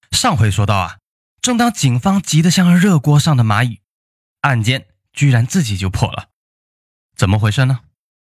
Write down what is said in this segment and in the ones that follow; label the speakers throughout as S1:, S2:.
S1: 上回说到啊，正当警方急得像热锅上的蚂蚁，案件居然自己就破了。怎么回事呢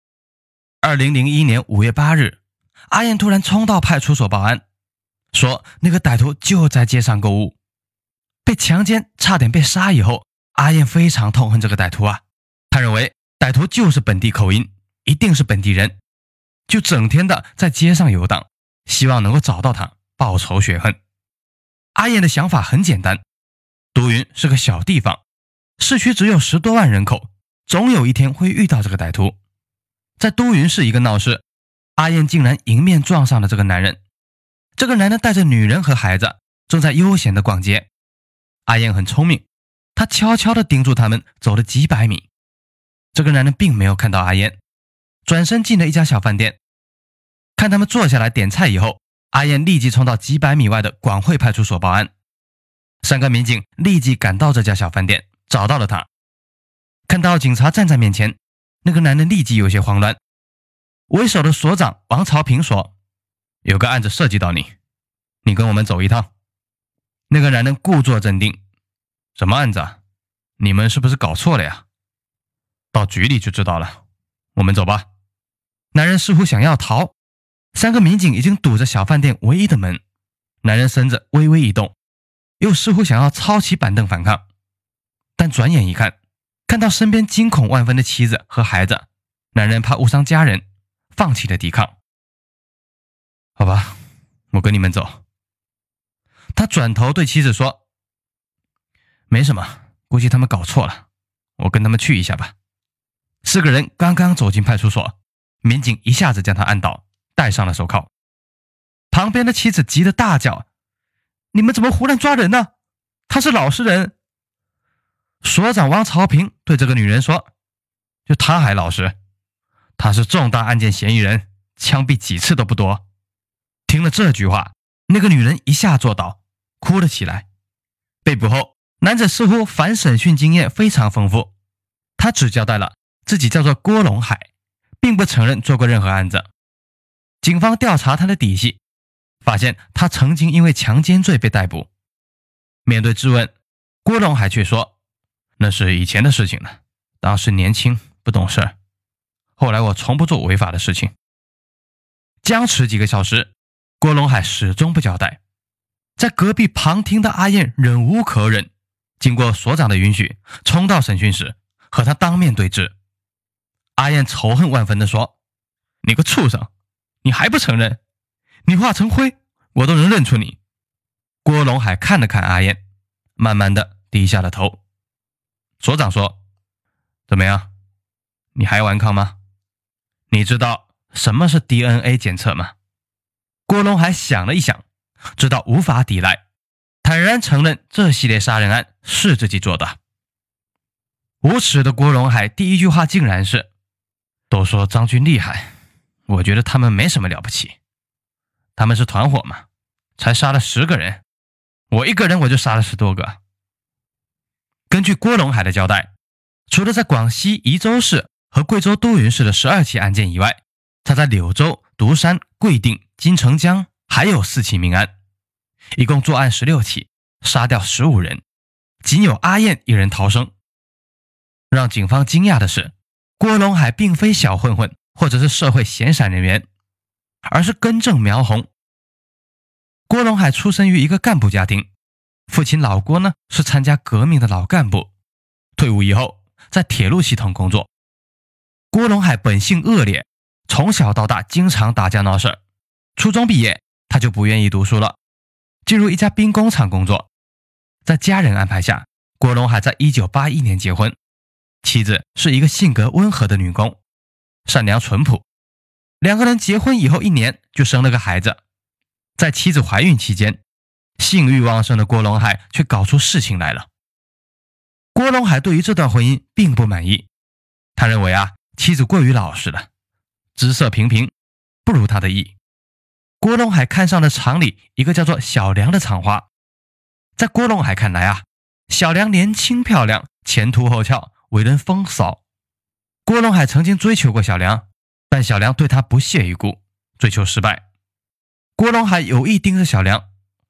S1: ？2001年5月8日，阿燕突然冲到派出所报案，说那个歹徒就在街上购物。被强奸差点被杀以后，阿燕非常痛恨这个歹徒啊，他认为歹徒就是本地口音，一定是本地人，就整天的在街上游荡，希望能够找到他报仇雪恨。阿燕的想法很简单，都匀是个小地方，市区只有10多万人口，总有一天会遇到这个歹徒。在都匀市一个闹市，阿燕竟然迎面撞上了这个男人。这个男人带着女人和孩子，正在悠闲地逛街。阿燕很聪明，她悄悄地盯住他们走了几百米。这个男人并没有看到阿燕，转身进了一家小饭店。看他们坐下来点菜以后，阿燕立即冲到几百米外的广汇派出所报案。3个民警立即赶到这家小饭店，找到了他。看到警察站在面前，那个男人立即有些慌乱。为首的所长王朝平说：“有个案子涉及到你，你跟我们走一趟。”那个男人故作镇定：“什么案子啊？你们是不是搞错了呀？到局里就知道了，我们走吧。”男人似乎想要逃，3个民警已经堵着小饭店唯一的门。男人身子微微一动，又似乎想要抄起板凳反抗，但转眼一看，看到身边惊恐万分的妻子和孩子，男人怕误伤家人，放弃了抵抗。好吧，我跟你们走。他转头对妻子说：“没什么，估计他们搞错了，我跟他们去一下吧。”4个人刚刚走进派出所，民警一下子将他按倒，戴上了手铐。旁边的妻子急得大叫：“你们怎么胡乱抓人呢？他是老实人。”所长王朝平对这个女人说：“就他还老实，他是重大案件嫌疑人，枪毙几次都不多。”听了这句话，那个女人一下坐倒，哭了起来。被捕后，男子似乎反审讯经验非常丰富，他只交代了自己叫做郭龙海，并不承认做过任何案子。警方调查他的底细，发现他曾经因为强奸罪被逮捕。面对质问，郭龙海却说：“那是以前的事情了，当时年轻不懂事，后来我从不做违法的事情。”僵持几个小时，郭龙海始终不交代。在隔壁旁听的阿燕忍无可忍，经过所长的允许，冲到审讯室和他当面对质。阿燕仇恨万分地说：“你个畜生，你还不承认？你化成灰，我都能认出你。”郭龙海看了看阿燕，慢慢地低下了头。所长说：“怎么样，你还顽抗吗？你知道什么是 DNA 检测吗？”郭龙海想了一想，知道无法抵赖，坦然承认这系列杀人案是自己做的。无耻的郭龙海第一句话竟然是：“都说张军厉害，我觉得他们没什么了不起，他们是团伙嘛，才杀了10个人，我一个人我就杀了10多个。”根据郭龙海的交代，除了在广西宜州市和贵州都匀市的12起案件以外，他在柳州、独山、贵定、金城江还有4起命案，一共作案16起，杀掉15人，仅有阿燕一人逃生。让警方惊讶的是，郭龙海并非小混混或者是社会闲散人员，而是根正苗红。郭龙海出生于一个干部家庭，父亲老郭呢是参加革命的老干部，退伍以后在铁路系统工作。郭龙海本性恶劣，从小到大经常打架闹事，初中毕业他就不愿意读书了，进入一家兵工厂工作。在家人安排下，郭龙海在1981年结婚，妻子是一个性格温和的女工，善良淳朴。2个人结婚以后1年就生了个孩子。在妻子怀孕期间，性欲旺盛的郭龙海却搞出事情来了。郭龙海对于这段婚姻并不满意，他认为妻子过于老实了，姿色平平，不如他的意。郭龙海看上了厂里一个叫做小梁的厂花。在郭龙海看来小梁年轻漂亮，前凸后翘，为人风骚。郭龙海曾经追求过小梁，但小梁对他不屑一顾，追求失败。郭龙海有意盯着小梁，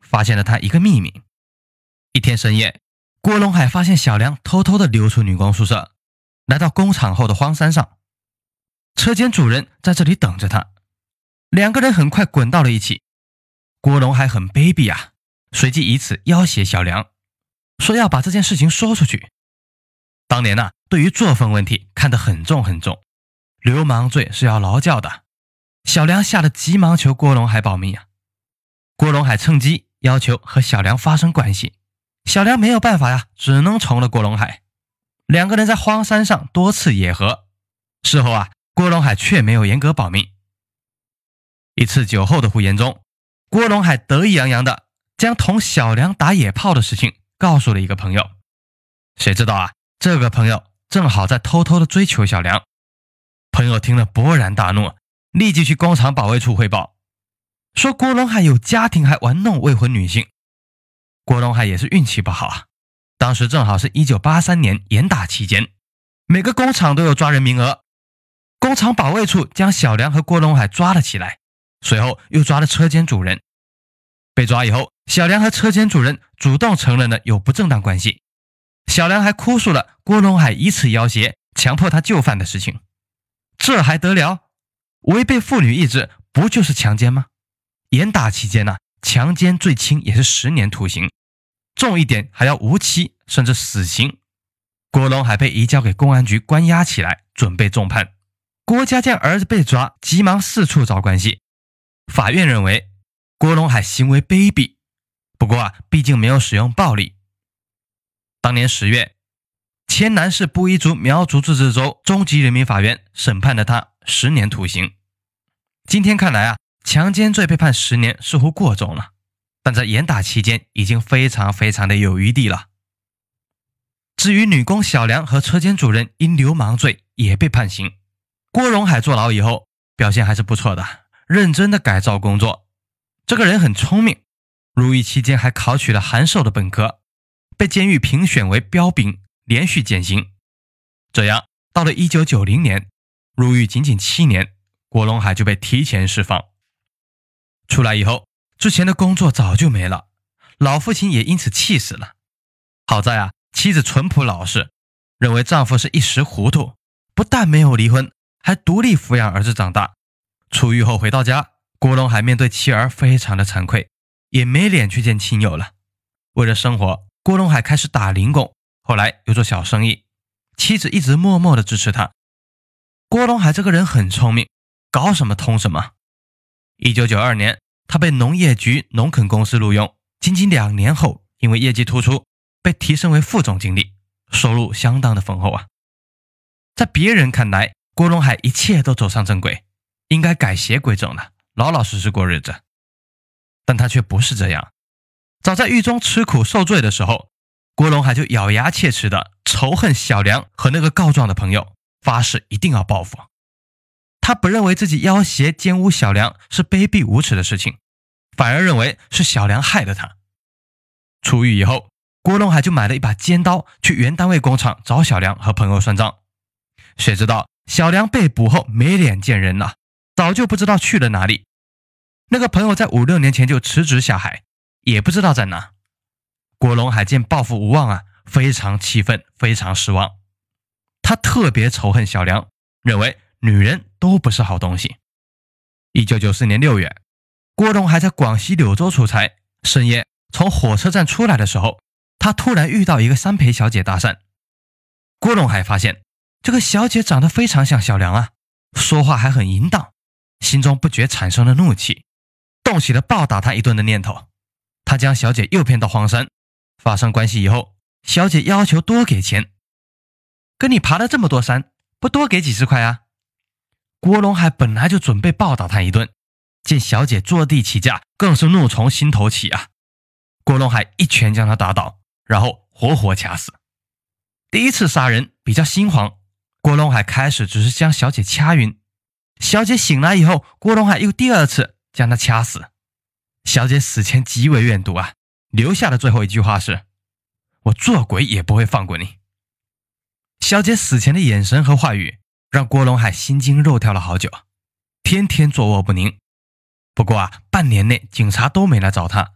S1: 发现了他一个秘密。一天深夜，郭龙海发现小梁偷偷地溜出女工宿舍，来到工厂后的荒山上。车间主任在这里等着他，两个人很快滚到了一起。郭龙海很卑鄙啊，随即以此要挟小梁，说要把这件事情说出去。当年对于作风问题看得很重很重，流氓罪是要劳教的。小梁吓得急忙求郭龙海保密啊。郭龙海趁机要求和小梁发生关系，小梁没有办法呀，只能从了郭龙海。两个人在荒山上多次野合，事后郭龙海却没有严格保密。一次酒后的胡言中，郭龙海得意洋洋的将同小梁打野炮的事情告诉了一个朋友。谁知道这个朋友正好在偷偷的追求小梁。朋友听了勃然大怒，立即去工厂保卫处汇报，说郭龙海有家庭还玩弄未婚女性。郭龙海也是运气不好当时正好是1983年严打期间，每个工厂都有抓人名额。工厂保卫处将小梁和郭龙海抓了起来，随后又抓了车间主任。被抓以后，小梁和车间主任主动承认了有不正当关系。小梁还哭诉了郭龙海以此要挟强迫他就范的事情。这还得了？违背妇女意志不就是强奸吗？严打期间强奸最轻也是10年徒刑，重一点还要无期甚至死刑。郭龙海被移交给公安局关押起来，准备重判。郭家见儿子被抓，急忙四处找关系。法院认为郭龙海行为卑鄙，不过毕竟没有使用暴力。当年10月，黔南市布依族苗族自治州中级人民法院审判了他10年徒刑。今天看来强奸罪被判10年似乎过重了，但在严打期间已经非常的有余地了。至于女工小梁和车间主任因流氓罪也被判刑。郭龙海坐牢以后表现还是不错的，认真的改造工作。这个人很聪明，入狱期间还考取了函授的本科，被监狱评选为标兵，连续减刑。这样到了1990年，入狱仅仅7年，郭龙海就被提前释放。出来以后，之前的工作早就没了，老父亲也因此气死了。好在妻子淳朴老实，认为丈夫是一时糊涂，不但没有离婚，还独立抚养儿子长大。出狱后回到家，郭龙海面对妻儿非常的惭愧，也没脸去见亲友了。为了生活，郭龙海开始打零工，后来又做小生意，妻子一直默默的支持他。郭龙海这个人很聪明，搞什么通什么。1992年，他被农业局农垦公司录用，仅仅2年后，因为业绩突出，被提升为副总经理，收入相当的丰厚在别人看来，郭龙海一切都走上正轨，应该改邪归正了，老老实实过日子。但他却不是这样。早在狱中吃苦受罪的时候，郭龙海就咬牙切齿的仇恨小梁和那个告状的朋友，发誓一定要报复。他不认为自己要挟奸污小梁是卑鄙无耻的事情，反而认为是小梁害了他。出狱以后，郭龙海就买了一把尖刀去原单位工厂找小梁和朋友算账。谁知道小梁被捕后没脸见人了，早就不知道去了哪里。那个朋友在5-6年前就辞职下海，也不知道在哪。郭龙海见报复无望非常气愤，非常失望。他特别仇恨小梁，认为女人都不是好东西。1994年6月，郭龙海在广西柳州出差，深夜从火车站出来的时候，他突然遇到一个三陪小姐搭讪。郭龙海发现这个小姐长得非常像小梁说话还很淫荡，心中不觉产生了怒气，动起了暴打她一顿的念头。他将小姐诱骗到荒山，发生关系以后，小姐要求多给钱。跟你爬了这么多山，不多给几十块郭龙海本来就准备暴打她一顿，见小姐坐地起价，更是怒从心头起郭龙海一拳将她打倒，然后活活掐死。第一次杀人比较心慌，郭龙海开始只是将小姐掐晕，小姐醒来以后，郭龙海又第2次将她掐死。小姐死前极为怨毒留下的最后一句话是：我做鬼也不会放过你。小姐死前的眼神和话语让郭龙海心惊肉跳了好久，天天坐卧不宁。不过半年内警察都没来找他，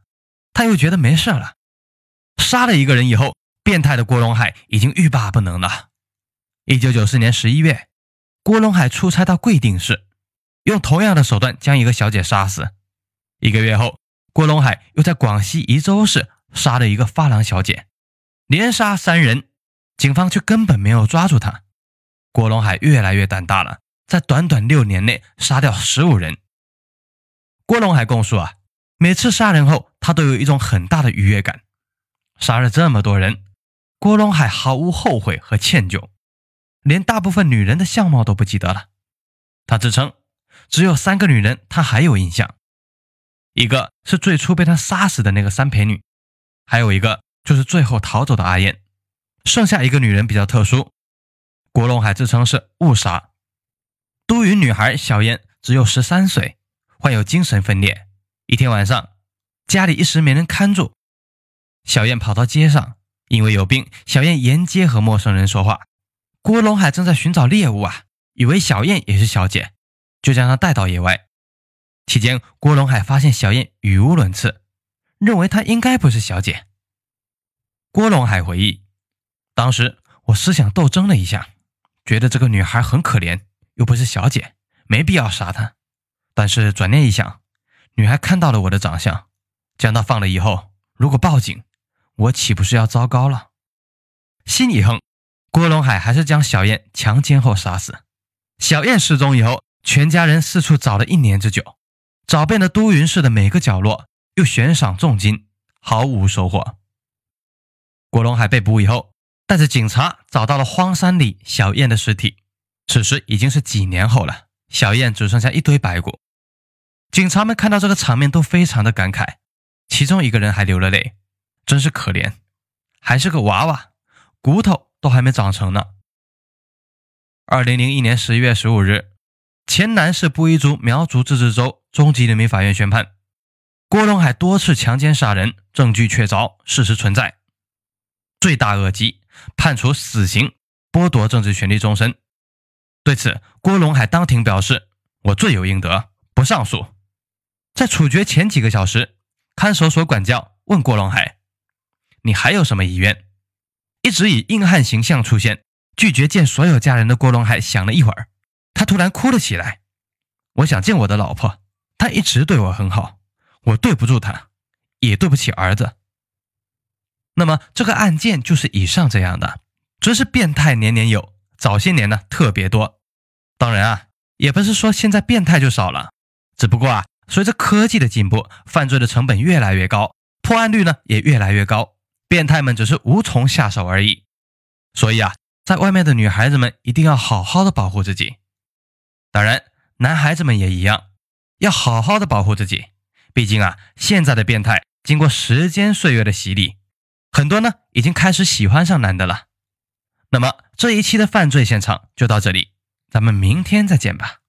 S1: 他又觉得没事了。杀了一个人以后，变态的郭龙海已经欲罢不能了。1994年11月，郭龙海出差到贵定市，用同样的手段将一个小姐杀死。1个月后，郭龙海又在广西宜州市杀了一个发廊小姐，连杀3人，警方却根本没有抓住他。郭龙海越来越胆大了，在短短6年内杀掉15人。郭龙海供述每次杀人后他都有一种很大的愉悦感。杀了这么多人，郭龙海毫无后悔和歉疚，连大部分女人的相貌都不记得了。他自称只有3个女人他还有印象，一个是最初被他杀死的那个3陪女，还有一个就是最后逃走的阿燕，剩下一个女人比较特殊，郭龙海自称是误杀。都匀女孩小燕只有13岁，患有精神分裂。一天晚上，家里一时没人看住，小燕跑到街上，因为有病，小燕沿街和陌生人说话。郭龙海正在寻找猎物以为小燕也是小姐，就将她带到野外。期间，郭龙海发现小燕语无伦次，认为她应该不是小姐。郭龙海回忆，当时我思想斗争了一下，觉得这个女孩很可怜，又不是小姐，没必要杀她。但是转念一想，女孩看到了我的长相，将她放了以后，如果报警，我岂不是要糟糕了？心一横，郭龙海还是将小燕强奸后杀死。小燕失踪以后，全家人四处找了1年之久，找遍了都匀市的每个角落，又悬赏重金，毫无收获。郭龙海被捕以后，带着警察找到了荒山里小燕的尸体，此时已经是几年后了，小燕只剩下一堆白骨。警察们看到这个场面都非常的感慨，其中一个人还流了泪，真是可怜，还是个娃娃，骨头都还没长成呢。2001年11月15日，黔南市布依族苗族自治州中级人民法院宣判，郭龙海多次强奸杀人，证据确凿，事实存在，罪大恶极，判处死刑，剥夺政治权利终身。对此，郭龙海当庭表示，我罪有应得，不上诉。在处决前几个小时，看守所管教问郭龙海，你还有什么遗愿？一直以硬汉形象出现，拒绝见所有家人的郭龙海想了一会儿，他突然哭了起来。我想见我的老婆，她一直对我很好，我对不住她，也对不起儿子。那么这个案件就是以上这样的，真是变态年年有，早些年呢特别多。当然也不是说现在变态就少了，只不过随着科技的进步，犯罪的成本越来越高，破案率呢也越来越高，变态们只是无从下手而已。所以在外面的女孩子们一定要好好的保护自己，当然男孩子们也一样，要好好的保护自己。毕竟现在的变态经过时间岁月的洗礼，很多呢已经开始喜欢上男的了。那么这一期的犯罪现场就到这里，咱们明天再见吧。